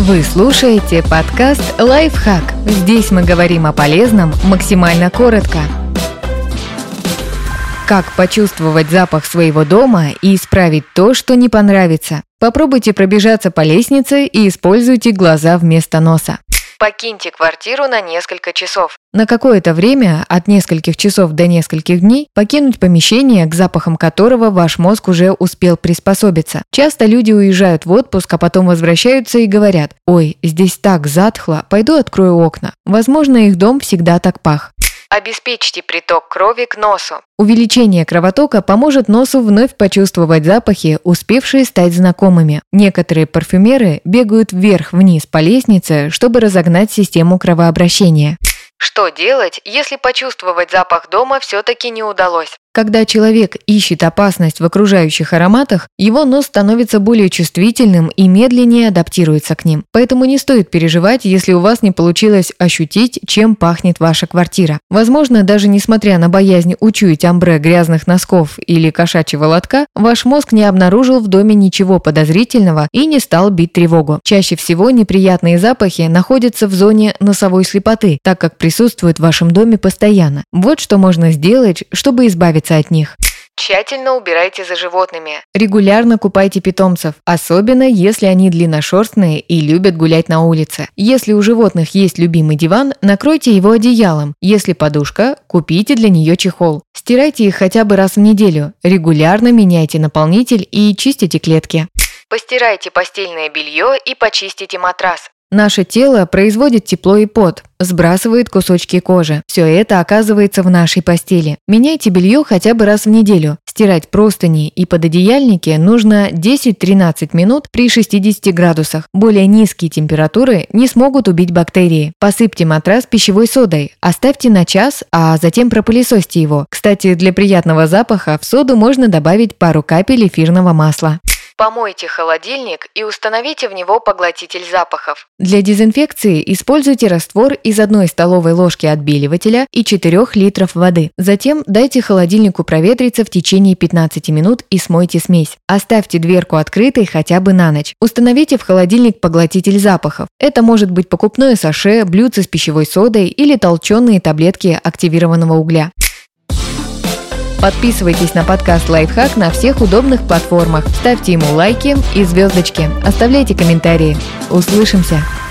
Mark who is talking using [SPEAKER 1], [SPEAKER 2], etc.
[SPEAKER 1] Вы слушаете подкаст «Лайфхак». Здесь мы говорим о полезном максимально коротко. Как почувствовать запах своего дома и исправить то, что не понравится? Попробуйте пробежаться по лестнице и используйте глаза вместо носа. Покиньте квартиру на несколько часов. На какое-то время, от нескольких часов до нескольких дней, покинуть помещение, к запахам которого ваш мозг уже успел приспособиться. Часто люди уезжают в отпуск, а потом возвращаются и говорят: «Ой, здесь так затхло, пойду открою окна». Возможно, их дом всегда так пах. Обеспечьте приток крови к носу. Увеличение кровотока поможет носу вновь почувствовать запахи, успевшие стать знакомыми. Некоторые парфюмеры бегают вверх-вниз по лестнице, чтобы разогнать систему кровообращения. Что делать, если почувствовать запах дома все-таки не удалось? Когда человек ищет опасность в окружающих ароматах, его нос становится более чувствительным и медленнее адаптируется к ним. Поэтому не стоит переживать, если у вас не получилось ощутить, чем пахнет ваша квартира. Возможно, даже несмотря на боязнь учуять амбре грязных носков или кошачьего лотка, ваш мозг не обнаружил в доме ничего подозрительного и не стал бить тревогу. Чаще всего неприятные запахи находятся в зоне носовой слепоты, так как присутствуют в вашем доме постоянно. Вот что можно сделать, чтобы избавиться от них. Тщательно убирайте за животными. Регулярно купайте питомцев, особенно если они длинношерстные и любят гулять на улице. Если у животных есть любимый диван, накройте его одеялом. Если подушка, купите для нее чехол. Стирайте их хотя бы раз в неделю. Регулярно меняйте наполнитель и чистите клетки. Постирайте постельное белье и почистите матрас. Наше тело производит тепло и пот, сбрасывает кусочки кожи. Все это оказывается в нашей постели. Меняйте белье хотя бы раз в неделю. Стирать простыни и пододеяльники нужно 10-13 минут при 60 градусах. Более низкие температуры не смогут убить бактерии. Посыпьте матрас пищевой содой. Оставьте на час, а затем пропылесосьте его. Кстати, для приятного запаха в соду можно добавить пару капель эфирного масла. Помойте холодильник и установите в него поглотитель запахов. Для дезинфекции используйте раствор из 1 столовой ложки отбеливателя и 4 литров воды. Затем дайте холодильнику проветриться в течение 15 минут и смойте смесь. Оставьте дверку открытой хотя бы на ночь. Установите в холодильник поглотитель запахов. Это может быть покупное саше, блюдце с пищевой содой или толченые таблетки активированного угля. Подписывайтесь на подкаст «Лайфхак» на всех удобных платформах, ставьте ему лайки и звездочки, оставляйте комментарии. Услышимся!